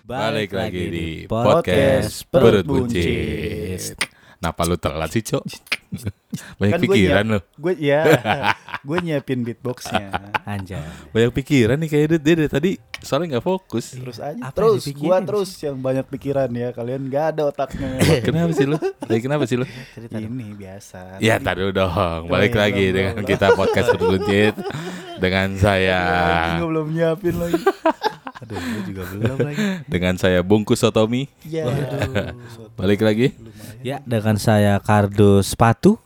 Balik lagi di podcast Perut Buncit. Kenapa lu telat sih, Cok? Banyak Kan pikiran lu. Gue nyiapin beatboxnya. Anjay. Banyak pikiran nih kayak dia dari tadi soalnya gak fokus. Terus aja. Apa Terus yang gue dipikirin terus yang banyak pikiran ya. Kalian gak ada otaknya. Kenapa sih lu? Kenapa sih lu? Cerita dong. Ini biasa. Ya tar dulu dong. Balik iya, lagi belum, dengan belum. kita podcast Perut Buncit. Dengan saya. Gue belum nyiapin lagi. Aduh, gue juga belum lagi. Dengan saya Bungkus Sotomi. Ya. Balik lagi. Ya, dengan saya kardus sepatu.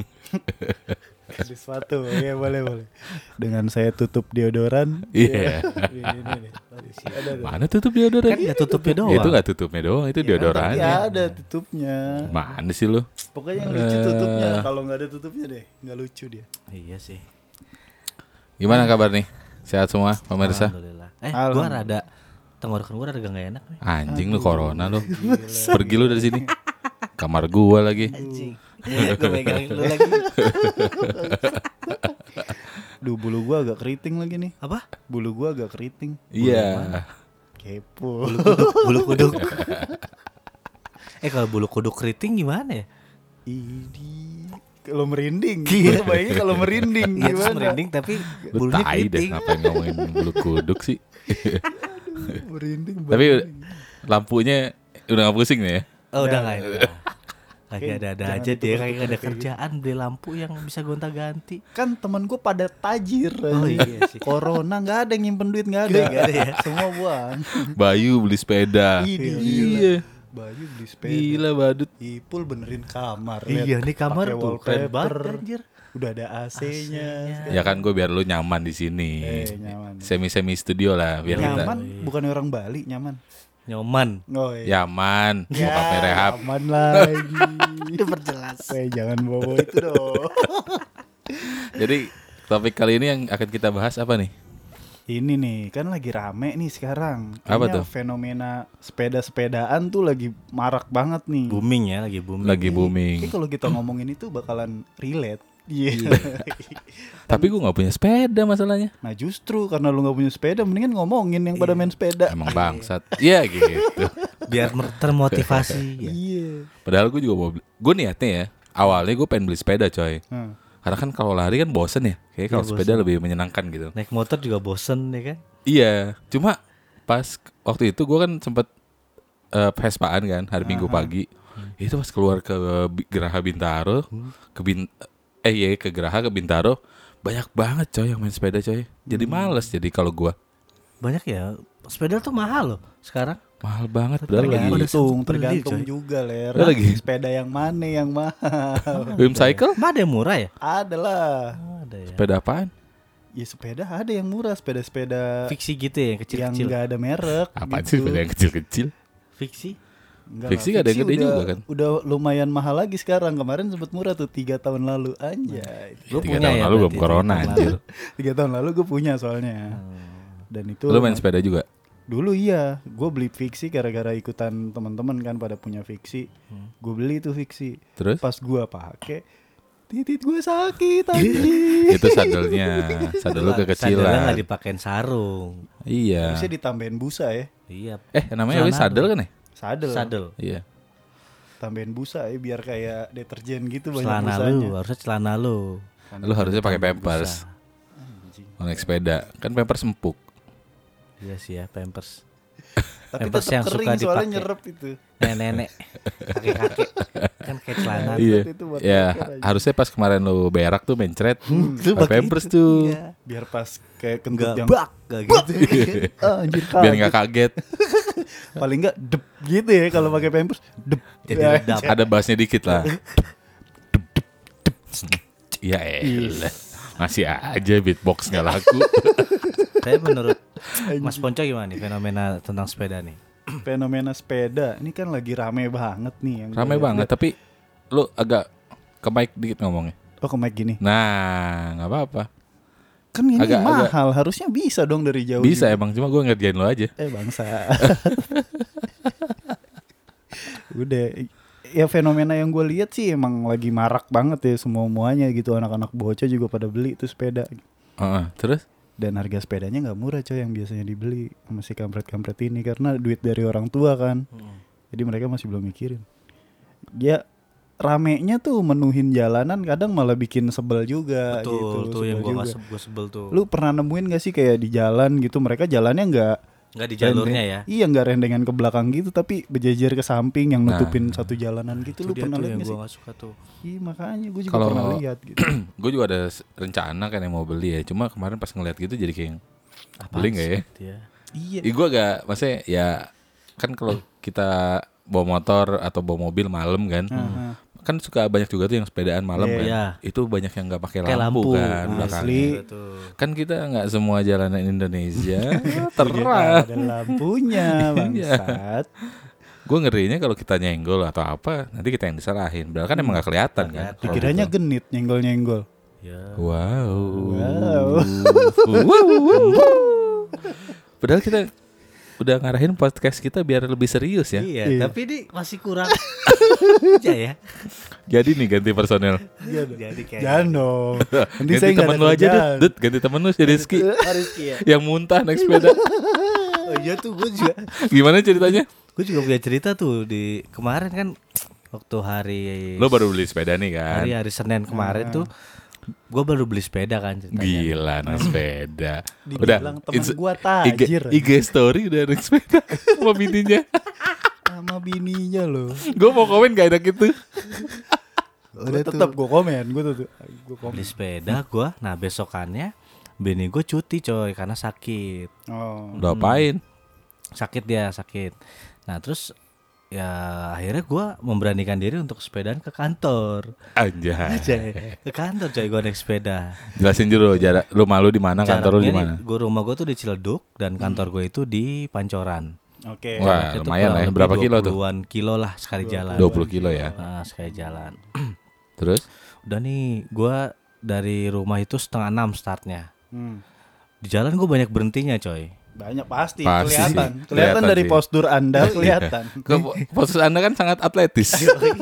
Di sepatu. Ya boleh. Dengan saya tutup deodoran. Iya. Ini nih. Ada tuh. Mana tutup deodoran? Kan nggak tutupnya doang. Itu gak tutupnya doang, itu deodorannya. Ya ada tutupnya. Mana sih lu? Pokoknya yang lucu tutupnya. Kalau nggak ada tutupnya deh, nggak lucu dia. Iya sih. Gimana kabar nih? Sehat semua pemirsa? Alhamdulillah. Gue Alhamdulillah. rada tenggorokan gue rada gak enak nih. Anjing lu corona lu. Pergi lu dari sini. Kamar gua lagi. Anjing. Gue megangin lu lagi. Duh, bulu gua agak keriting lagi nih. Apa? Bulu gua agak keriting. Iya. Kepo. Bulu kuduk. Kalau bulu kuduk keriting gimana ya? Ini kalau merinding. Iya. Bayangin kalau merinding Iya, terus gimana? merinding tapi Lu bulunya tai deh keriting. ngapain ngomongin bulu kuduk sih. Merinding. Tapi lampunya udah gak pusing nih ya? Oh, udah Ya, nggak ya. ya? Lagi Oke, ada-ada jangan aja dia kayak ditukar-tukar ada kayak kerjaan beli lampu yang bisa gonta-ganti. Kan teman gua pada tajir. Oh, anjing. iya sih. Corona nggak ada yang nyimpen duit, nggak ada. Nggak ada ya? Semua buang. Bayu beli sepeda. Iya. Bayu beli sepeda. Gila badut. Ipul benerin kamar. Iya, lihat. nih kamar Pakai tuh keren wallpaper. banget anjir. Udah ada AC-nya. Ya kan gue biar lu nyaman di sini. Nyaman. Semi studio lah biar kita. Nyaman bukan orang Bali, nyaman. Nyoman. Oh iya. Yaman. Pakai rehab. Aman lagi. Diperjelas. Jangan bawa itu dong. Jadi topik kali ini yang akan kita bahas apa nih? Ini nih kan lagi rame nih sekarang. Apa Kayaknya tuh? Fenomena sepeda-sepedaan tuh lagi marak banget nih. Booming ya, lagi booming. Lagi booming. Kayak kalau kita ngomongin itu bakalan relate. Iya. Tapi gue gak punya sepeda masalahnya. Nah justru karena lu nggak punya sepeda, mendingan ngomongin yang pada main sepeda. Emang bangsat. Iya gitu. Biar termotivasi ya. Iya. Padahal gue juga mau beli. Gue niatnya ya, awalnya gue pengen beli sepeda coy. Nah, Karena kan kalau lari kan bosen ya. Kayak kalau Iya, sepeda lebih menyenangkan gitu. Naik motor juga bosen ya kan. Iya. Cuma pas waktu itu gue kan sempet Vespaan kan hari Minggu pagi. Itu pas keluar ke Geraha Bintaro, ke Geraha ke Bintaro, banyak banget coy yang main sepeda coy. Jadi males jadi kalau gue. Banyak ya. Sepeda tuh mahal loh sekarang. Mahal banget. tergantung juga ler. Udah lagi. Sepeda yang mana yang mahal? Wim Cycle? Emang ada yang murah ya? Ada lah. Ada ya. Sepeda apaan? Ya sepeda ada yang murah, sepeda-sepeda Fiksi gitu ya, yang yang kecil-kecil. nggak ada merek. Apaan gitu. sih sepeda yang kecil-kecil? Fiksi. Enggak Fiksi lah, nggak ada yang gede udah, juga kan? Udah lumayan mahal lagi sekarang. Kemarin sempat murah tuh 3 tahun lalu. Anjay. Lu 3 punya tahun ya lalu belum berarti, corona 3 tahun anjir. 3 tahun lalu gue punya soalnya. Dan itu Lu main sepeda juga? dulu iya, gue beli fiksi gara-gara ikutan teman-teman kan pada punya fiksi. Gue beli tuh fiksi. Terus? Pas gue pakai titit gue sakit anjing. Itu sadelnya. Sadel lu Sadarnya kekecilan. nggak dipakein sarung. Iya. Harusnya ditambahin busa ya. Iya. Namanya apa? Celana Sadel lu. kan ya? Sadel. Iya. Tambahin busa ya biar kayak deterjen gitu banyak Celana busanya. lu, harusnya celana lu. Lu harusnya pakai Pampers. Anjing. Kalau naik sepeda, kan Pampers empuk. Iya sih ya, Pampers. Tapi Pampers tetap yang kering suka soalnya dipakai. nyerep itu. Nenek-nenek, kakek-kakek kan kayak celana. Iya. itu buat Ya, pakai aja. harusnya pas kemarin lu berak tuh mencret. Itu Pakai pakai Pampers itu. tuh. Iya. Biar pas kayak kentut Enggak yang bak, enggak gitu. anjir Biar nggak kaget. paling enggak dep gitu ya kalau pakai Pampers. Dep. Jadi Ya, redap. Ada bassnya dikit lah. Ya elah. Masih aja beatbox nggak laku. Tapi menurut Mas Ponco gimana nih fenomena tentang sepeda nih? Fenomena sepeda ini kan lagi rame banget nih yang Ramai gua banget, lihat. tapi lu agak ke mic dikit ngomongnya. Oh ke mic gini. Nah, nggak apa-apa. Kan ini Agak- mahal, harusnya bisa dong dari jauh. Bisa juga. emang, cuma gue ngerjain lo aja. Bangsa. Udah. Ya fenomena yang gue lihat sih emang lagi marak banget ya semua-muanya gitu, anak-anak bocah juga pada beli tuh sepeda. Terus? Dan harga sepedanya nggak murah coy yang biasanya dibeli sama si kampret-kampret ini karena duit dari orang tua kan. Jadi mereka masih belum mikirin. Dia ramenya tuh menuhin jalanan kadang malah bikin sebel juga Betul, gitu. tuh sebel yang juga. gue sebel tuh. Lu pernah nemuin gak sih kayak di jalan gitu mereka jalannya nggak Nggak di jalurnya ya. Iya nggak rendengan ke belakang gitu tapi berjejer ke samping yang nutupin satu jalanan gitu. Itu Lu dia pernah tuh lihat yang gak gue sih? nggak suka tuh. Iya makanya gue juga Kalau- pernah lihat gitu. Gue juga ada rencana kan yang mau beli ya. Cuma kemarin pas ngeliat gitu jadi kayak Apaan beli nggak sih ya? dia? Iya. Gue agak, maksudnya ya kan kalau kita bawa motor atau bawa mobil malam kan, kan suka banyak juga tuh yang sepedaan malam Iya. kan. Iya. Itu banyak yang nggak pakai Kayak lampu, lampu. kan Asli. belakangnya. Betul. Kan kita nggak semua jalanan Indonesia terang. Ada lampunya bangsat. Gue ngerinya kalau kita nyenggol atau apa, nanti kita yang disalahin. Padahal kan emang nggak kelihatan kan. kelihatan. kalau Dikiranya gitu. genit nyenggol-nyenggol. Ya. Wow. Wow. Padahal kita udah ngarahin podcast kita biar lebih serius ya. Iya, Iya. tapi ini masih kurang aja ya. Jadi nih ganti personel. Jadi kayak Jangan dong. Nanti Ganti saya nggak temen ada lu aja kerjaan. Dut. Ganti temen lu si Rizky Rizky ya. yang muntah naik sepeda. Oh iya tuh gue juga. Gimana ceritanya? Gue juga punya cerita tuh di kemarin kan waktu hari Lo baru beli sepeda nih kan? hari Senin kemarin tuh gue baru beli sepeda kan ceritanya. Gila naik sepeda. Dibilang temen gua tajir. IG story udah naik sepeda sama bininya. Sama bininya loh. Gue mau komen gak enak itu. Udah tetap gue komen, gue komen. Beli sepeda gue. Nah besokannya bini gue cuti coy karena sakit. Oh. Udah apain? Sakit dia sakit. Nah terus ya akhirnya gue memberanikan diri untuk sepedaan ke kantor. Anjay. Ke kantor coy gue naik sepeda. Jelasin dulu jarak lu malu di mana, kantor lu di mana? Gue rumah gue tuh di Ciledug dan kantor gue itu di Pancoran. Oke. Wah, Itu lumayan lah ya. kurang Berapa lebih kilo tuh? 20-an kilo lah sekali jalan. 20 kilo ya. Nah, sekali jalan. Terus? Udah nih, gue dari rumah itu 5:30 startnya. Hmm. Di jalan gue banyak berhentinya coy. Banyak pasti, Pasti. kelihatan. Kelihatan Kelihatan dari sih. postur Anda kelihatan. Posisi Anda kan sangat atletis.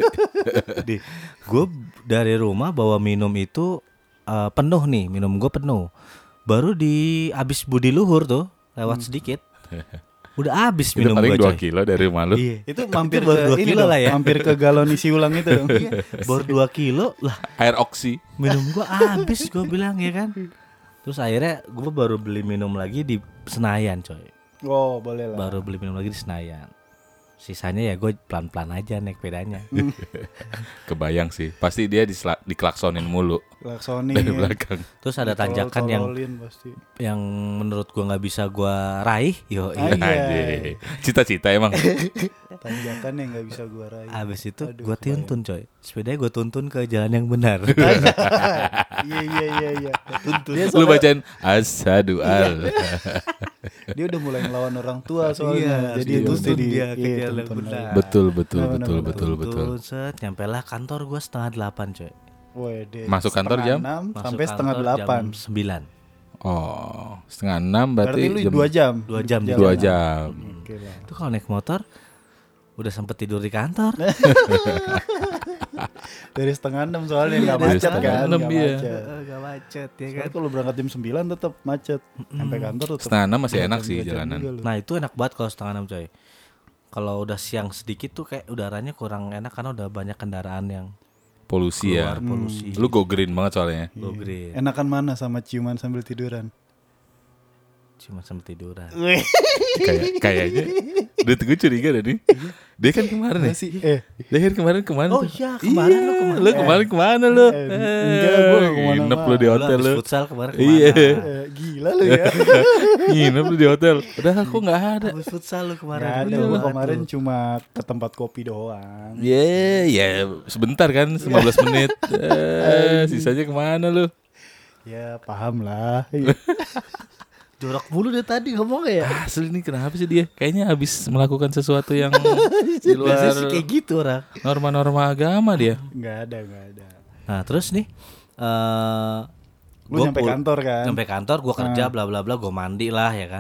Gue dari rumah bawa minum itu penuh nih, minum gue penuh. Baru di abis Budi Luhur tuh, lewat sedikit. Udah abis Itu minum paling gue 2 coy. kilo dari rumah lu. Iya. Itu mampir Itu baru ke 2 ini kilo dong, lah ya. mampir ke galon isi ulang itu dong. Baru 2 kilo lah. Air oksi. Minum gue abis gue bilang ya kan. Terus akhirnya gue baru beli minum lagi di Senayan coy. Oh, boleh lah. Baru beli minum lagi di Senayan. Sisanya ya gue pelan-pelan aja naik sepedanya. Kebayang sih. Pasti dia diklaksonin mulu Laksonin. dari belakang. Terus ada tanjakan yang Tolol-tololin pasti. menurut gue nggak bisa gue raih. Yo, Ah, iya. Anjay. Cita-cita emang. Tanjakan yang nggak bisa gua raih. Abis itu Aduh, gue kebayang. tuntun coy. Sepedanya gue tuntun ke jalan yang benar. Iya. Dia Lu soalnya- bacain asyhadu al. dia udah mulai ngelawan orang tua soalnya. Iya, Jadi dia itu tuntun di dia ke jalan tuntun benar. lagi. Betul. Tuntun set, nyampe lah kantor gue 7:30 coy. Wede, Masuk kantor jam? 5:30 Masuk sampai kantor 7:30. jam 9. Oh, 5:30 berarti, Berarti lu 2 jam. 2 jam. 2 jam. Oke lah. Itu kalau naik motor udah sempet tidur di kantor. Dari 5:30 soalnya nggak dari macet kan. 5:30, Nggak iya. macet. Gak macet ya kan. Soalnya kalau berangkat jam 9 tetap macet. Sampai kantor tetap. 5:30 masih enak 2 sih jam jalanan. juga lu. Nah itu enak banget kalau 5:30 coy. Kalau udah siang sedikit tuh kayak udaranya kurang enak karena udah banyak kendaraan yang Polusi ya. keluar polusi. Lu go green banget soalnya. Go green. Enakan mana sama ciuman sambil tiduran? Cuma sambil tiduran. Kayaknya udah gue curiga dah nih. Dia kan kemarin ya. Sih, Dia kan kemarin Oh tuh. iya kemarin Iya, lo kemana? Lu kemarin kemana lu? enggak, gua nggak kemana-mana. Nginep lu di Lu hotel habis lu. futsal kemarin kemana? Iya. gila lu ya. Nginep lu di hotel. Udah aku nggak ada. Habis futsal lu kemarin. Nggak ada, Betul gua banget kemarin tuh. cuma ke tempat kopi doang. Ya sebentar kan 15 menit. Sisanya kemana lu? Ya paham lah. Jorok mulu deh tadi ngomong ya. Asli nih kenapa sih dia? Kayaknya habis melakukan sesuatu yang di luar Biasanya sih kayak gitu orang. norma-norma agama dia. Nggak ada. Nah terus nih Lu nyampe kantor kan? Nyampe kantor gue kerja bla bla bla gue mandi lah ya kan.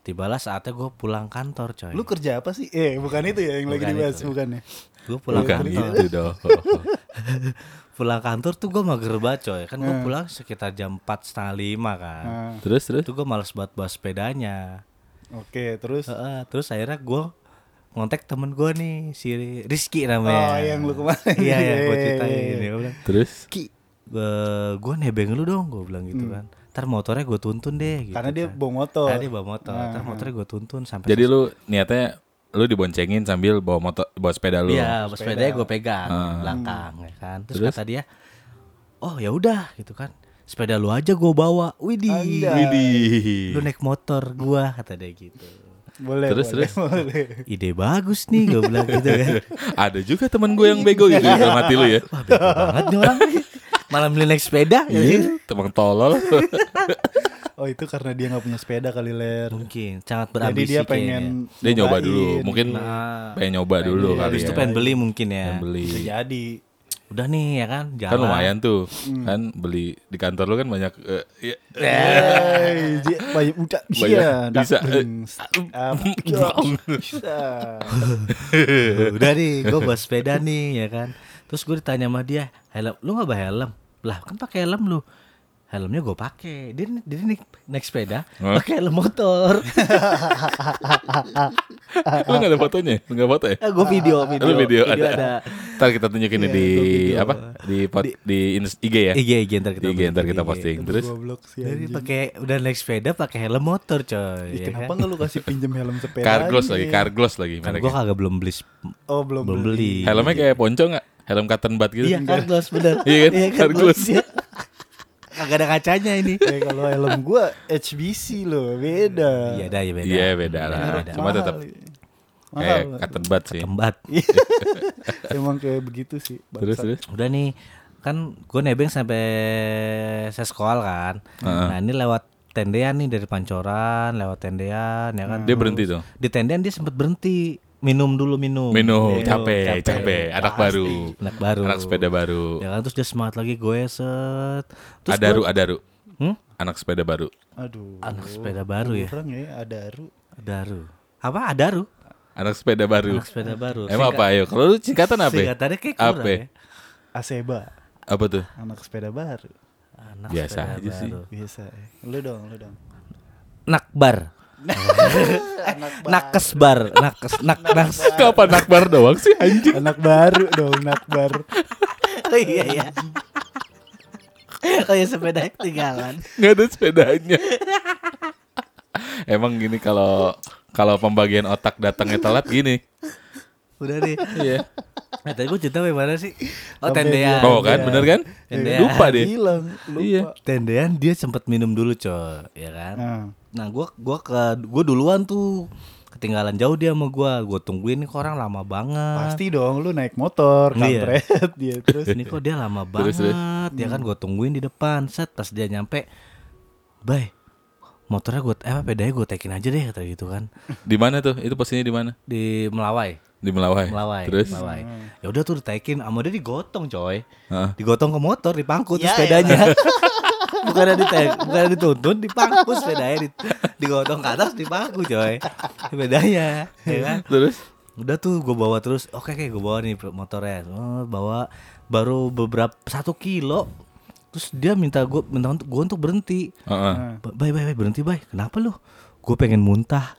Tibalah saatnya gue pulang kantor coy. Lu kerja apa sih? Bukan itu ya yang lagi Bukan dibahas, itu. bukan ya? Gue pulang Bukan kantor. gitu dong. Pulang kantor tuh gue mager banget coy. Kan gue pulang sekitar jam 4:30 kan. Nah, Terus Itu gue males banget bawa sepedanya. oke, terus Terus akhirnya gue ngontek temen gue nih, si Rizky oh namanya. yang lu kemarin. Iya yang gue ceritain. Dia bilang, terus Ki, gue nebeng lu dong, gue bilang gitu kan. Ntar motornya gue tuntun deh gitu. Karena dia kan. bawa motor. Karena dia bawa motor. Ntar motornya gue tuntun sampai jadi lu niatnya lu diboncengin sambil bawa sepeda lu. Iya, sepedanya gue pegang belakang ya kan. Terus kata dia, "Oh, ya udah," gitu kan. "Sepeda lu aja gue bawa." Widih. Widih. Lu naik motor gua, kata dia gitu. Boleh, Terus, boleh, terus? boleh. Ide bagus nih, gue bilang gitu kan. Ada juga teman gue yang bego gitu dalam hati lu ya. Wah, bego banget nih orang. Malah milih naik sepeda. Iya, teman tolol. Oh itu karena dia nggak punya sepeda kali, Ler. Mungkin sangat Jadi berambisi dia kayaknya. pengen Dia nyoba nyobain. dulu, mungkin pengen nyoba dulu kali Habis ya. itu pengen beli mungkin ya. Pengen beli. Bisa jadi. Udah nih ya kan, jalan. Kan lumayan tuh. Kan beli di kantor lu kan banyak ya, Banyak udah Banyak, bisa. Udah nih, gue bawa sepeda nih ya kan. Terus gue ditanya sama dia, "Helm, lu nggak bawa helm?" Lah kan pakai helm lu. Helmnya gue pakai. Dia naik sepeda, pakai helm motor. lu nggak ada fotonya? Lu nggak foto ya? Gue video. Lu video ada. ada. Ntar kita tunjukin di apa? Di IG ya. IG ntar kita Di IG ntar kita posting. Terus Goblok sih. Jadi anjing. pakai udah naik sepeda pakai helm motor coy. Ih, Ya kenapa kan? nggak lu kasih pinjem helm sepeda? Carglass aja? lagi, Carglass lagi Kan gue mereknya. kagak belum beli. Oh belum beli. Helmnya kayak ponco nggak? Helm cotton bud gitu. Iya Carglass bener. Iya kan? Carglass. Iya. Kagak ada kacanya ini. Kalau helm gua HBC loh, beda. Iya dah ya beda. Iya beda lah. Beda. Cuma tetap kayak cotton bud sih. Kembat. Emang kayak begitu sih. Terus bangsat. terus. Udah nih kan gue nebeng sampai sekolah kan. Nah ini lewat tendean nih dari Pancoran lewat tendean ya kan. Dia berhenti tuh. Di tendean dia sempat berhenti minum. Minum, capek. Anak baru. Anak sepeda baru. Ya kan terus dia semangat lagi gue set. Terus Adaru. Hmm? Anak sepeda baru. Aduh. Anak sepeda baru ya. Kurang ya, Adaru. Adaru. Apa Adaru? Anak sepeda baru. Anak sepeda baru. Emang apa ayo? Kalau lu singkatan apa? Singkatannya kayak kurang Apa? ya. Aseba, Apa tuh? anak sepeda baru. Anak Biasa sepeda aja sih. baru. Biasa ya. Lu dong. Nakbar. Nakesbar. Nakes. Kapan nakbar doang sih anjing? Anak baru dong, nakbar. Oh iya ya. Oh ya sepeda ketinggalan. Nggak ada sepedanya. Emang gini kalau pembagian otak datangnya telat gini. Udah nih. Iya. Nah, tadi gue cerita bagaimana sih? Oh Sampai tendean. dia- Oh kan, bener kan? Tendean. Lupa deh. Hilang, lupa. Iya. Tendean dia sempat minum dulu coy, ya kan? Nah, Nah, gua duluan tuh. Ketinggalan jauh dia sama gua tungguin nih kok orang lama banget. pasti dong lu naik motor, Iya. kampret dia terus. Ini kok dia lama Terus, banget. Ya kan gua tungguin di depan. Set pas dia nyampe, "Bay, motornya pedanya gue tekin aja deh," kata gitu kan. Di mana tuh? Itu posisinya di mana? Di Melawai. Di Melawai. Melawai. Ya udah tuh ditekin, sama dia digotong coy. Hah? Digotong ke motor, dipangku tuh Ya, sepedanya. bukan dituntun, dipangku sepedanya, digotong ke atas, dipangku coy. Sepedanya, ya kan? Terus? Udah tuh gue bawa terus. Oke, gue bawa nih motornya. Bawa baru 1 kilo. Terus dia minta gue untuk berhenti. Heeh. Bay, berhenti bay. Kenapa lu? Gue pengen muntah.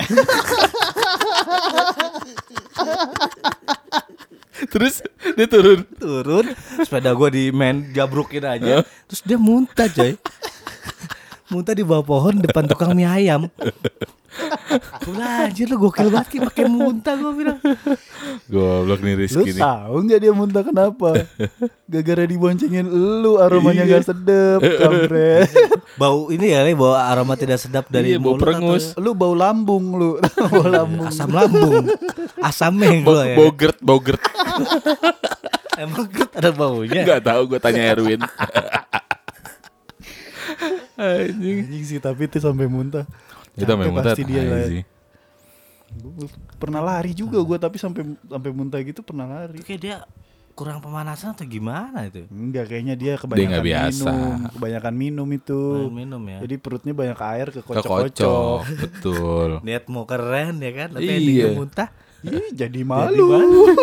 Terus dia turun. Turun, sepeda gue jabrukin aja. Terus dia muntah coy. Muntah di bawah pohon depan tukang mie ayam. Gue bilang, anjir lu gokil banget Ki, pakai muntah gue bilang. Goblok nih Lu Rizky nih. tahu nggak dia muntah kenapa? Gara-gara diboncengin lu, aromanya Iya. gak sedep, kampret. Bau ini ya, bau aroma tidak sedap dari Iya, bau mulut perengus. Lu bau lambung lu, bau lambung. atau asam lambung. Asamnya gue ya. Bogert. Emang gerd ada baunya. Enggak tahu, gue tanya Erwin. Anjing. Anjing sih, tapi itu sampai muntah. Itu memang muntah pasti dia lah. sih. Gua pernah lari juga gue, tapi sampai muntah gitu pernah lari. Itu kayak dia kurang pemanasan atau gimana itu? Enggak, kayaknya dia nggak biasa. kebanyakan minum itu. Minum ya. Jadi perutnya banyak air Kekocok, kekocok-kocok. betul. Niat mau keren ya kan, tapi Iya. endingnya muntah. Ih, jadi malu.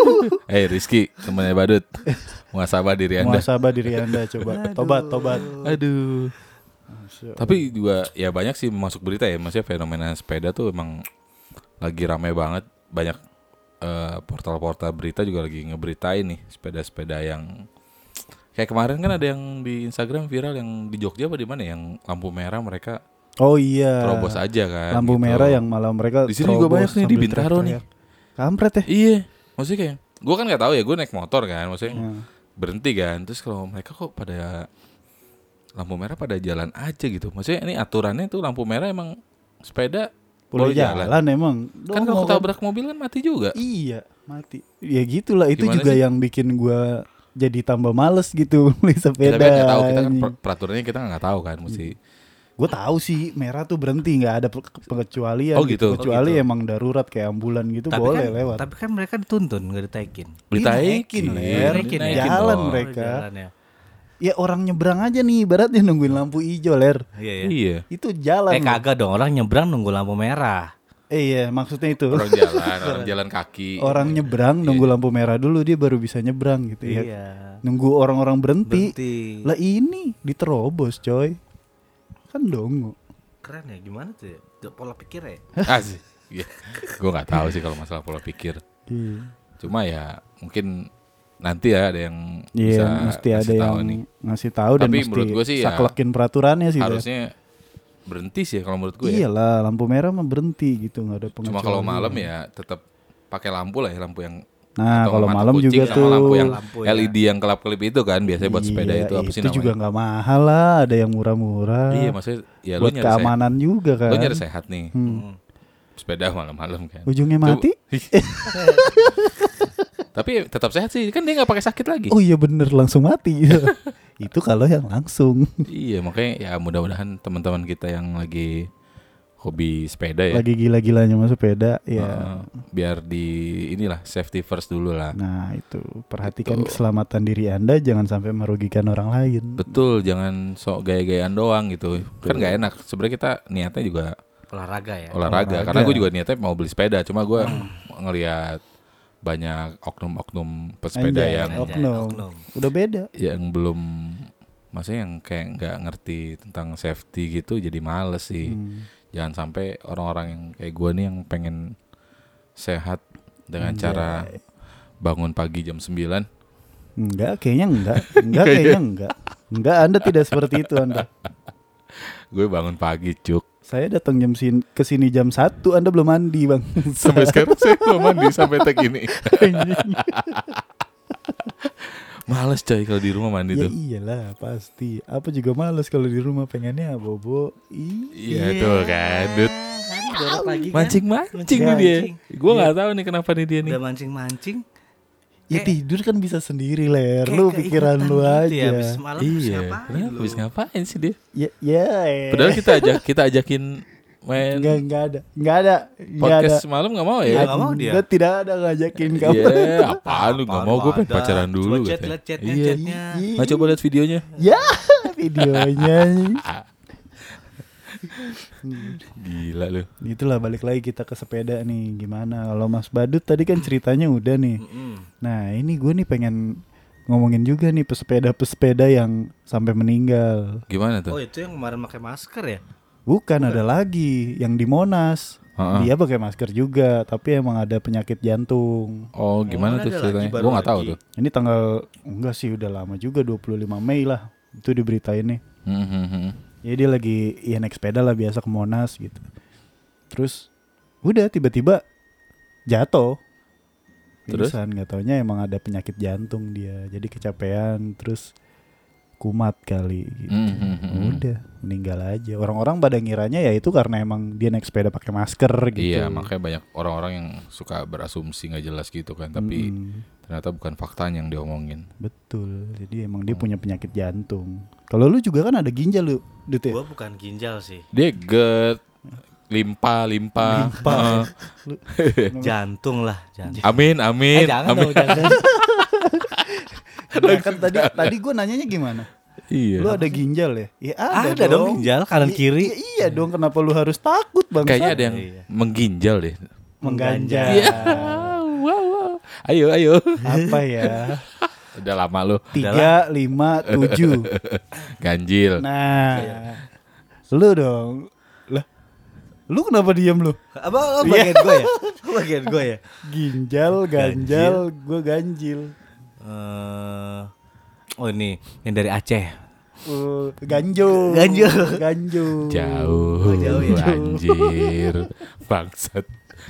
Rizky, temennya Badut. Muhasabah diri Anda. Muhasabah diri Anda, coba. Tobat. Aduh. Tapi juga ya banyak sih masuk berita ya. Maksudnya fenomena sepeda tuh emang lagi ramai banget. Banyak portal-portal berita juga lagi ngeberitain nih sepeda-sepeda yang kayak kemarin kan ada yang di Instagram viral yang di Jogja apa di mana yang lampu merah mereka Oh iya. terobos aja kan. Lampu gitu. merah yang malah mereka Di sini juga terobos banyak nih di sambil Bintaro nih. teriak-teriak. Kampret ya. Iya, maksudnya kayak gue kan nggak tahu ya, gue naik motor kan, maksudnya Hmm. berhenti kan, terus kalau mereka kok pada lampu merah pada jalan aja gitu, maksudnya ini aturannya tuh lampu merah emang sepeda Boleh boleh jalan. jalan emang. Kan kalau ketabrak mobil kan mati juga. Iya, mati. Ya gitulah, itu Gimana juga sih? yang bikin gua jadi tambah males gitu beli Kita sepeda. kan nggak tahu, kita kan anjing. peraturannya kita nggak tahu kan, mesti. Gue tahu sih merah tuh berhenti, nggak ada pengecualian. Oh, gitu. Kecuali Oh, gitu. emang darurat kayak ambulan gitu Tapi boleh kan, lewat. Tapi kan mereka dituntun, nggak ditaikin. Dinaikin, Ler. dinaikin Jalan dong. mereka. Jalan ya. Ya orang nyebrang aja nih, ibaratnya nungguin lampu hijau, Ler. Iya ya. Iya. Itu jalan. Kagak dong, orang nyebrang nunggu lampu merah. Iya, maksudnya itu. Orang jalan, orang jalan kaki. Orang nyebrang nunggu lampu merah dulu dia baru bisa nyebrang gitu ya. Iya. Nunggu orang-orang berhenti. Berhenti. Lah ini diterobos, coy. Kan dongo. Keren ya, gimana tuh ya? Pola pikir ya? Asik. Iya. Gue nggak tahu sih kalau masalah pola pikir. Iya. Cuma ya mungkin nanti ya ada yang Iya, bisa mesti ada ngasih tahu yang nih. ngasih tahu dan Tapi mesti menurut gua sih ya, saklekin peraturannya sih. Harusnya berhenti sih kalau menurut gue ya. Iyalah, lampu merah mah berhenti gitu, nggak ada pengecualian. Cuma kalau malam ya tetap pakai lampu lah ya, lampu yang Nah, atau kalau mata malam kucing juga sama tuh lampu yang Lampu ya. LED yang kelap-kelip itu kan biasanya buat sepeda Iya, itu apa sih itu namanya? juga nggak mahal lah, ada yang murah-murah. Iya, maksudnya ya lu buat nyari keamanan juga kan. Lu nyari sehat nih. Hmm. Sepeda malam-malam kan. Ujungnya mati? Tapi tetap sehat sih, kan dia nggak pakai sakit lagi. Oh iya bener, langsung mati. Itu kalau yang langsung Iya, makanya ya mudah-mudahan teman-teman kita yang lagi hobi sepeda ya. lagi gila-gilanya sama sepeda ya. Biar di inilah safety first dulu lah. Nah itu, perhatikan Gitu. keselamatan diri Anda, jangan sampai merugikan orang lain. Betul, jangan sok gaya-gayaan doang gitu. Kan nggak enak. Sebenarnya kita niatnya juga Olahraga ya. olahraga. Karena gue juga niatnya mau beli sepeda. Cuma gue ngelihat banyak oknum-oknum pesepeda Anjay, yang oknum. Udah beda. belum, maksudnya yang kayak nggak ngerti tentang safety gitu, jadi males sih. Jangan sampai orang-orang yang kayak gue nih yang pengen sehat dengan cara bangun pagi jam 9. Enggak, kayaknya enggak. Enggak, kayaknya enggak. Enggak, Anda tidak seperti itu Anda. Gue bangun pagi cuk. Saya datang ke sini jam 1, Anda belum mandi, Bang. Sampai sekarang saya belum mandi sampai tag ini. Males coy kalau di rumah mandi Ya tuh. iyalah, pasti. Apa juga males kalau di rumah, pengennya bobo. Iya tuh kan, Dut. Kan jorok lagi kan. Mancing-mancing nih dia. Mancing. Gue nggak tahu nih kenapa nih dia nih. Udah mancing-mancing. Ya tidur kan bisa sendiri, Ler. Kayak Lu pikiran keikutan lu gitu aja. ya, abis malam habis Iya. ngapain Kenapa lu? habis ngapain sih dia? Ya. Padahal kita ajakin main Enggak ada. podcast semalam nggak mau ya? Nggak mau dia. Anda tidak ada ngajakin kamu. Iya, apaan lu nggak mau, gue pengen ada. pacaran dulu Coba chat, katanya. liat chatnya, Iya. chatnya. Nggak coba lihat videonya. Ya, videonya. Gila lu. Itulah, balik lagi kita ke sepeda nih. Gimana kalau Mas Badut tadi kan ceritanya udah nih. Nah, ini gue nih pengen ngomongin juga nih pesepeda yang sampai meninggal. Gimana Oh tuh? itu yang kemarin pakai masker ya? Bukan, ada lagi yang di Monas. Dia pakai masker juga, tapi emang ada penyakit jantung. Oh gimana Oh, tuh ada ceritanya? lagi, baru Gue nggak tahu lagi. tuh. Ini tanggal, enggak sih, udah lama juga, 25 Mei lah. Itu diberitain nih. Ya dia lagi naik sepeda lah biasa ke Monas gitu. Terus udah tiba-tiba jatuh. Terus? Pingsan, nggak taunya emang ada penyakit jantung dia. Jadi kecapean, terus kumat kali gitu. Udah meninggal aja. Orang-orang pada ngiranya ya itu karena emang dia naik sepeda pakai masker gitu. Iya, makanya banyak orang-orang yang suka berasumsi nggak jelas gitu kan. Tapi ternyata bukan faktanya yang diomongin. Betul. Jadi emang dia punya penyakit jantung. Kalau lu juga kan ada ginjal lu, Dut ya? Gua bukan ginjal sih. Dia GERD, limpa. Jantung lah, jantung. Amin. Jangan dong, jangan. Nah, kan tadi gue nanyanya gimana? Iya. Lu ada ginjal ya? Ya Ada dong ginjal kanan kiri. Iya dong, kenapa lu harus takut bang? Kayaknya ada yang mengginjal deh. Mengganjal. Iya. Wow. Ayo. Apa ya? Udah lama lu 3, 5, 7. ganjil. Nah, lu dong. Lah, lu kenapa diam lu? Apa bagian gue ya? Bagian gue ya. Ginjal, ganjal, gue ganjil. Oh ini yang dari Aceh. Ganjo. Jauh ya. anjir. Bangsat.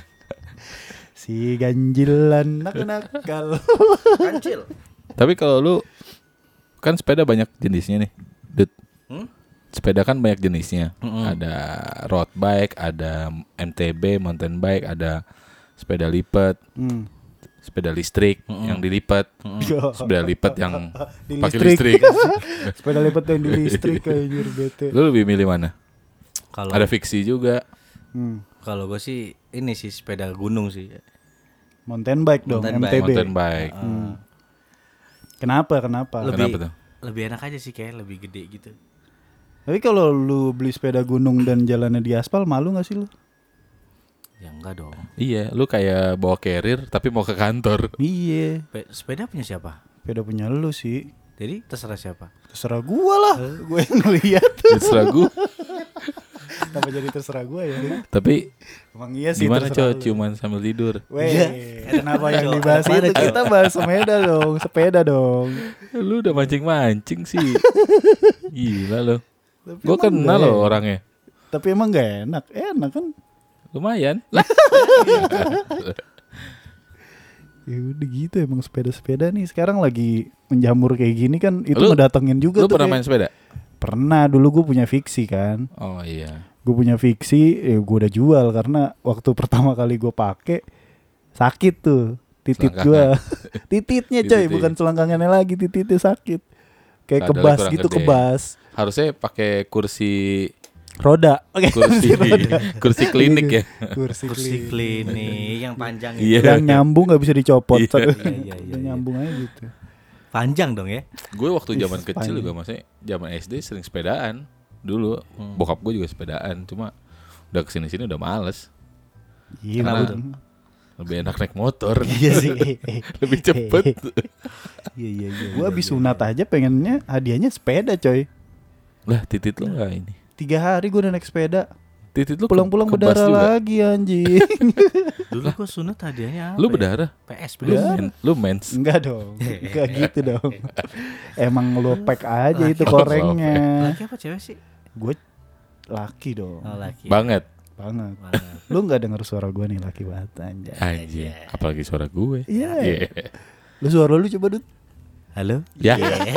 Si ganjil anak nakal. Kancil. Tapi kalau lu kan sepeda banyak jenisnya nih, Dut. Sepeda kan banyak jenisnya. Ada road bike, ada MTB, mountain bike, ada sepeda lipat, sepeda listrik yang dilipat, sepeda lipat yang pakai listrik. Sepeda lipat yang di listrik anjir bete. Lu lebih milih mana? Kalau Ada fiksi juga. kalau gue sih ini sih sepeda gunung sih. Mountain bike dong, Mountain bike. MTB. Mountain bike. Kenapa? Kenapa tuh? Lebih enak aja sih kayak lebih gede gitu. Tapi kalau lu beli sepeda gunung dan jalannya di aspal, malu gak sih lu? Ya enggak dong. Iya, lu kayak bawa carrier tapi mau ke kantor. Iya, Sepeda punya siapa? sepeda punya lu sih. Jadi terserah siapa? Terserah gua lah, gue yang ngeliat. Terserah gua. Kenapa jadi terserah gua ya? Tapi Emang iya sih gimana terserah cowok lu. ciuman sambil tidur? Weh, kenapa yang Cowok, dibahas apaan, itu? Cowok? Kita bahas sepeda dong. Lu udah mancing-mancing sih. Gila lo. Tapi Gua emang kenal nggak lo enak. orangnya. Tapi emang gak enak. Enak kan? Lumayan. Lah. Ya udah gitu emang sepeda-sepeda nih sekarang lagi menjamur kayak gini kan itu Lu- ngedatengin juga Lu tuh. pernah kayak- main sepeda? Pernah, dulu gue punya fiksi kan. Oh iya. Gue punya fiksi, gue udah jual karena waktu pertama kali gue pakai sakit tuh titit gue. Tititnya coy, Tititnya. bukan selangkangannya lagi, tititnya sakit. Kayak Sadarnya kebas kurang gitu, gede. kebas. Harusnya pakai kursi Roda. Oke, kursi klinik ya. Kursi Kursi klinik. klinik yang panjang Iya. itu. Yang nyambung gak bisa dicopot. Iya. Iya. Yang nyambung aja gitu. Panjang dong ya. Gue waktu zaman Ih, kecil panjang. juga maksudnya zaman SD sering sepedaan. Dulu bokap gue juga sepedaan, cuma udah kesini-sini udah males. Iya, Karena Bang. lebih enak naik motor. Iya sih. Lebih cepet. Iya. Gue abis sunat aja pengennya hadiahnya sepeda coy. Lah titit lu enggak ini? 3 hari gue udah naik sepeda. Titit lu Pulang-pulang kebas berdarah juga. lagi anjing. Dulu gue sunat hadiahnya apa? Lu ya? berdarah? PS. Lu mens. Enggak dong. Enggak gitu dong. Emang lu pack aja itu Laki. korengnya. Laki apa cewek sih? Gue laki dong. Oh, laki. Banget. Banget. Banget. Lu enggak denger suara gue nih laki banget anjay. Anjir. Apalagi suara gue. Iya. Iya. Lu suara lu coba Dut. Halo? Ya. Iya.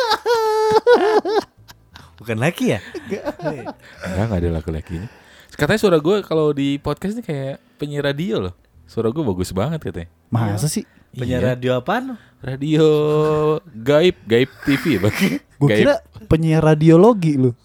Bukan laki ya? Enggak ada laki-lakinya. Katanya suara gue kalau di podcast ini kayak penyiar radio loh. Suara gue bagus banget katanya. Masa sih? Penyiar Iya. radio apaan? Radio gaib TV ya bang. Gue Gaib. kira penyiar radiologi lu.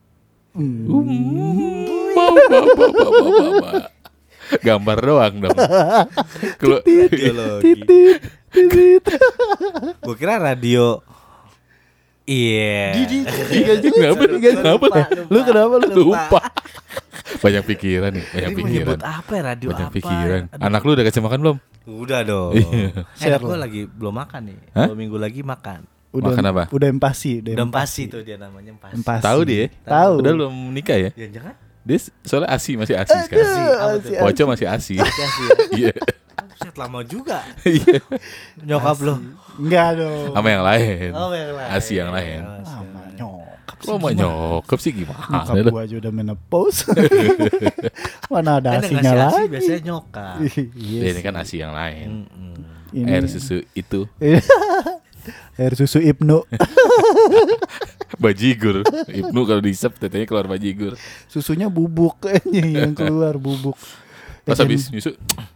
Gambar doang dong. Kalau Biologi. Titit. Titit. Gue kira radio. Iya. Kenapa? Lu kenapa lu? Lupa. Banyak pikiran nih, banyak Ini pikiran. menyebut apa ya? Radio Banyak apa? pikiran. Aduh. Anak lu udah kasih makan belum? Udah dong. Share Gue lah. lagi belum makan nih. Hah? 2 minggu lagi makan. Makan apa? Udah empasi, Udah empasi tuh dia namanya empasi. Empasi. Tahu dia? Tahu. Udah belum nikah ya? Ya jangan. Dia soalnya asi masih asi sekarang. Apa tuh? Poco masih asi. Kasih ya. Iya. Set lama juga. Iya. Nyokap lo. Enggak dong. Sama yang lain. Oh, yang lain. Asi yang lain. Sama nyokap Kok mau nyokap sih gimana? Nyokap lu? gua aja udah menopause. Mana ada Kan yang asinya ngasih asi lagi. biasanya nyokap. Iya Dia ini sih. kan asi yang lain. Ini- Air susu itu Air susu Ibnu. bajigur. Ibnu kalau diisep tetenya keluar bajigur. Susunya bubuk kayaknya yang keluar bubuk. Pas Ejen- habis nyusu.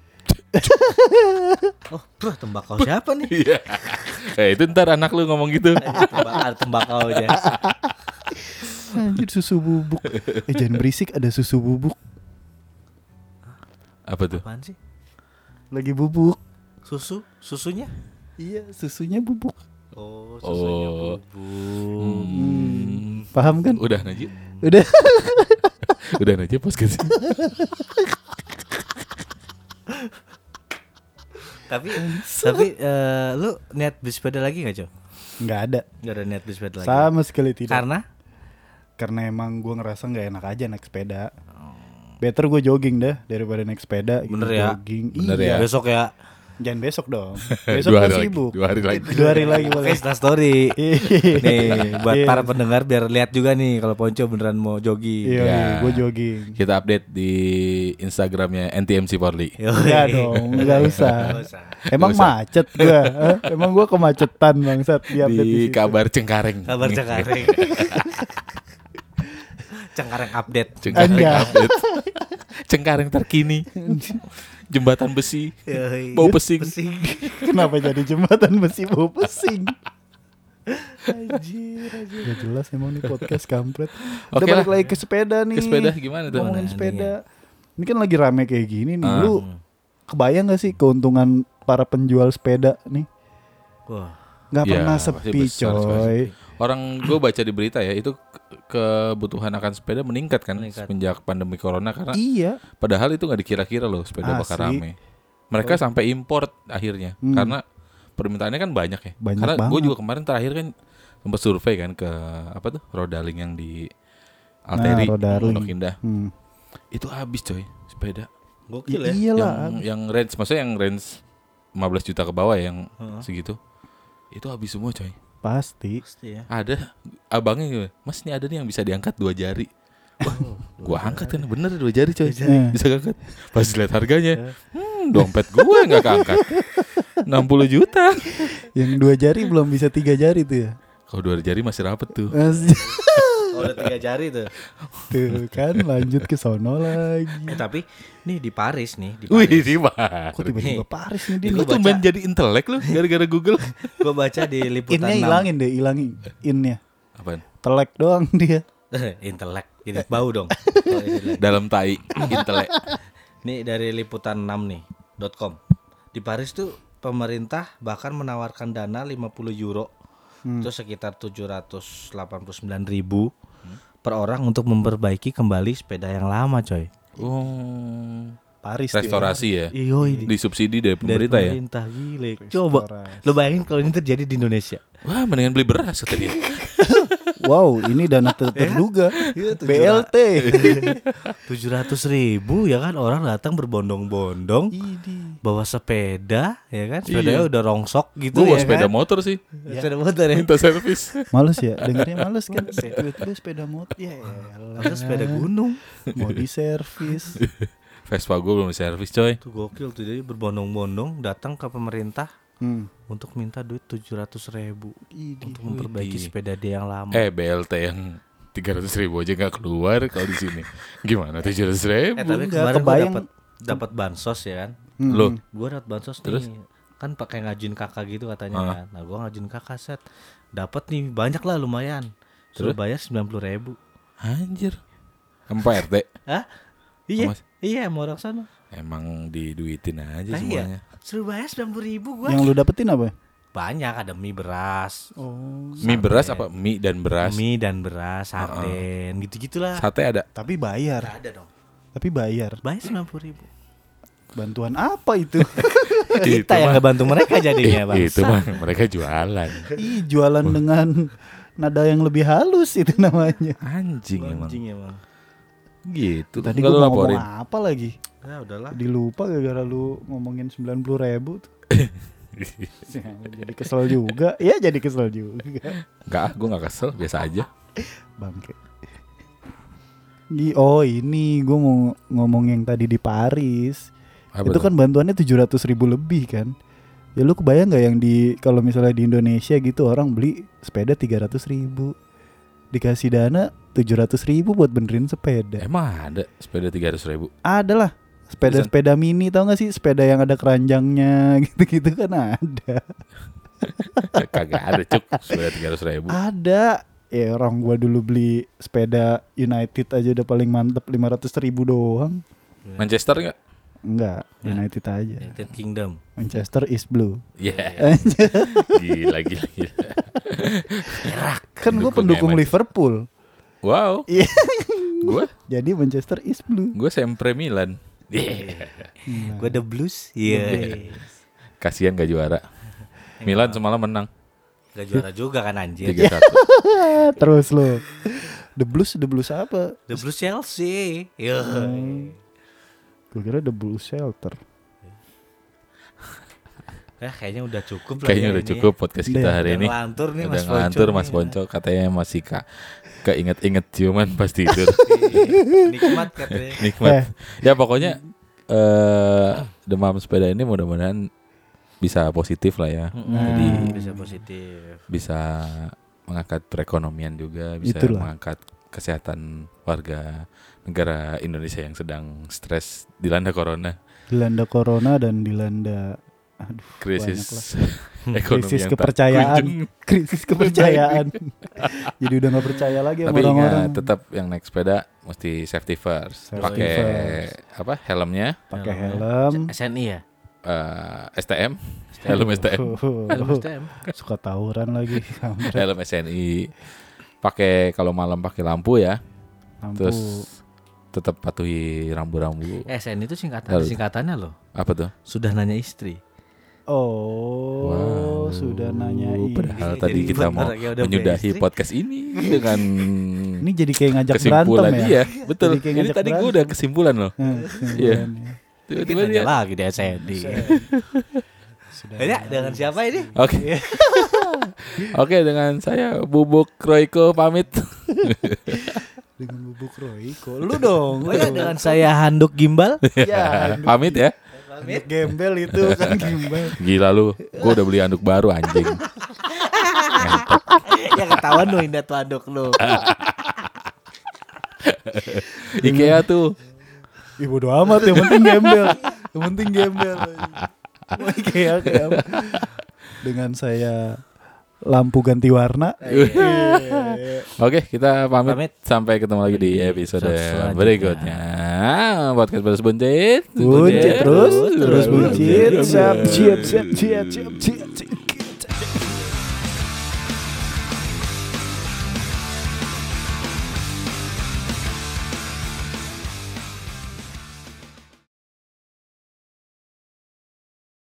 Oh, bro, tembakau siapa nih? Iya. Itu ntar anak lu ngomong gitu. Ada tembakau aja. Anjir susu bubuk. Jangan berisik, ada susu bubuk. Apa tuh? Apaan sih? Lagi bubuk. Susunya? Iya, susunya bubuk. Oh, susunya bubuk. Paham kan? Udah Najib. Udah. Udah Najib pas ke sini. Tapi lu niat beli sepeda lagi nggak, Jo? Nggak ada. Nggak ada niat beli sepeda lagi. Sama sekali tidak. Karena emang gue ngerasa nggak enak aja naik sepeda. Better gue jogging dah daripada naik sepeda. Bener gitu, ya? Jogging. Bener Iya. ya? besok ya Jangan besok dong. Besok 2 gue hari lagi. sibuk. 2 hari lagi. 2 hari lagi boleh. Insta story. Nih buat Iya. para pendengar biar lihat juga nih kalau Ponco beneran mau jogging. Iya, Ya. gue jogging. Kita update di Instagramnya NTMC Porli. Enggak dong, enggak usah. Nggak usah. Emang Nggak usah. macet gua. Emang gua kemacetan bangsat di update Di situ. kabar Cengkareng. Kabar Cengkareng. Cengkareng update. Cengkareng Enggak. update. Cengkareng terkini. Jembatan besi. Yoi. Bau pesing. Kenapa jadi jembatan besi bau pesing? Anjir. Gak jelas emang nih podcast kampret. Kita Oke balik lah. lagi ke sepeda nih. Ke sepeda gimana tuh? Ngomongin Mana sepeda. Ini kan lagi rame kayak gini nih. Ah. Lu kebayang gak sih keuntungan para penjual sepeda nih? Wah. Gak Ya, pernah pasti sepi besar, coy. Orang gue baca di berita ya itu kebutuhan akan sepeda meningkat kan Meningkat. semenjak pandemi corona karena Iya. padahal itu nggak dikira-kira loh sepeda bakal Asli. rame. Mereka sampai import akhirnya karena permintaannya kan banyak ya. Banyak karena gue banget. juga kemarin terakhir kan sempat survei kan ke apa tuh Rodaling yang di Alteri, Rodaling. Pondok Indah. Hmm. Itu habis coy sepeda. Gokil Ya, ya. iyalah. Yang range maksudnya yang range 15 juta ke bawah yang segitu. Itu habis semua coy. Pasti. Pasti ya. Ada abangnya gitu, Mas ini ada nih yang bisa diangkat 2 jari. Wah, gua angkat kan bener 2 jari coy. Bisa angkat. Pas lihat harganya, dompet gue nggak keangkat. 60 juta. Yang 2 jari belum bisa 3 jari tuh ya. Kalau 2 jari masih rapet tuh. Oh, udah 3 jari tuh. Tuh kan lanjut ke sono lagi. Tapi nih di Paris nih, di Wih, Paris. di Kok tiba-tiba Paris nih dia? Lu tuh main jadi intelek lu gara-gara Google. Gua baca di liputan Innya 6. hilangin deh, hilangin innya. Apaan? Telek doang dia. Intelek, jadi bau dong. Oh, intelek. Dalam tai intelek. Nih dari liputan 6 nih .com. Di Paris tuh pemerintah bahkan menawarkan dana 50 euro. Itu sekitar 789.000 per orang untuk memperbaiki kembali sepeda yang lama, coy. Oh. Paris tuh Restorasi ya. Iya, Disubsidi dari dari pemerintah ya. pemerintah gile. Coba lo bayangin kalau ini terjadi di Indonesia. Wah, mendingan beli beras kata dia. Wow, ini dana terduga. BLT. 700.000 ya kan, orang datang berbondong-bondong bawa sepeda ya kan, sepedanya udah rongsok gitu. Gue bawa ya sepeda kan? motor sih. Sepeda motor ya. Minta servis. Males ya, dengarnya males kan. Tiba-tiba sepeda motor. Ya elah. Masa sepeda gunung. Mau diservis. Vespa gue belum servis coy. Itu gokil tuh, jadi berbondong-bondong datang ke pemerintah untuk minta duit 700.000 untuk memperbaiki sepeda dia yang lama. BLT yang 300.000 aja gak keluar kalau di sini. Gimana 700.000? Tapi enggak, kemarin gue kebayang. dapat bansos ya kan. Lo Gue dapat bansos Terus? nih. Kan pakai ngajuin kakak gitu katanya kan. Nah, gue ngajuin kakak set. Dapat nih banyak lah lumayan. Suruh Terus? bayar 90.000. anjir. Kamu Pak RT? Hah? Iya. Mas. Iya, mau orang sana. Emang diduitin aja Nah, semuanya. iya. Suruh bayar 90.000 gue. Yang lu dapetin apa? Banyak, ada mie beras. Oh. Mie beras apa? Mie dan beras. Mie dan beras, sarden, gitu-gitulah. Sate ada. Tapi bayar. Gak ada dong. Tapi bayar. Bayar 90.000. Bantuan apa itu? Kita yang ngebantu mereka jadinya, Bang. Itu mah mereka jualan. Ih, jualan dengan nada yang lebih halus itu namanya. Anjing emang. Anjing emang. Gitu. Tadi Nggak gue lu ngomong laporin. apa lagi? Ya udahlah. Dilupa gara-gara lu ngomongin 90.000 tuh. Jadi kesel juga. Ya jadi kesel juga. Enggak, gue gak kesel, biasa aja. Bangke. Oh ini gue mau ngomong yang tadi di Paris. Apa Itu tuh? kan bantuannya 700.000 lebih kan. Ya lu kebayang gak yang di kalau misalnya di Indonesia gitu orang beli sepeda 300.000, dikasih dana 700.000 buat benerin sepeda. Emang ada sepeda 300.000? Ada lah. Sepeda-sepeda mini, tau gak sih sepeda yang ada keranjangnya gitu-gitu kan ada. Kagak ada cuk sepeda 300.000. Ada. Ya orang gua dulu beli sepeda United aja udah paling mantep 500.000 doang. Manchester nggak? Enggak, United aja. United Kingdom. Manchester is blue. Yeah. Gila. Kan gue Pendukung pendukung MU. Liverpool. Wow. Iya. Gue Jadi Manchester is blue. sempre Milan. Yeah. Gue The Blues. Iya. Kasihan gak juara. Milan semalam menang Gak juara juga kan anjir. 3-1. Terus lo. The Blues apa? The Blues Chelsea. Yo. Gue kira The Blues Shelter. Kayaknya udah cukup lah. Kayaknya ya udah ini. cukup podcast kita hari ini. Ngelantur nih Udah Mas ngelantur Ponco Mas nih. Ponco. Katanya masih keinget-inget ciuman pas tidur. Nikmat katanya. Nikmat. Ya pokoknya demam sepeda ini mudah-mudahan bisa positif lah ya. Jadi Bisa positif. bisa mengangkat perekonomian juga, bisa Itulah. mengangkat kesehatan warga negara Indonesia yang sedang stres dilanda corona, Dilanda corona dan dilanda krisis banyak ekonomi krisis yang tak kepercayaan. kunjung. Krisis kepercayaan. Jadi udah gak percaya lagi sama Tapi orang-orang. ingat tetap yang naik sepeda mesti safety first. Safety Pakai first. apa? Helmnya Pakai helm. SNI ya? STM, helm STM, Helm STM. Suka tawuran lagi. Kampret. helm SNI. Pakai kalau malam pakai lampu ya. Lampu. Terus tetap patuhi rambu-rambu. SNI itu Harus. singkatannya loh. Apa tuh? Sudah nanya istri. Oh, Wow. sudah nanya ini. Padahal Jadi tadi kita mau bentar lagi udah menyudahi punya podcast ini dengan Ini jadi kayak ngajak kesimpulan berantem ya. dia. Betul. Jadi kayak Ini ngajak tadi gue berantem. udah kesimpulan loh. Iya. Kesimpulannya. Tiba-tiba Nanya dia. lagi di SNI. Ya, dengan siapa ini? Oke. Oke, dengan saya Bubuk Royko pamit. Dengan Bubuk Royko. Lu dong. Oh ya, dengan saya Handuk Gimbal. Ya, Pamit ya. anduk gembel itu kan gimbal. Gila lu. Gue udah beli anduk baru anjing. Ya ketahuan lu indah tuh handuk lu. IKEA tuh. Ih bodo amat, yang penting gembel. Yang penting gembel. Kayak dengan saya lampu ganti warna. Oke, kita pamit. Pamit. Sampai ketemu lagi di episode Selanjutnya. berikutnya. Podcast Beres Buncit. Buncit terus buncit. Siap.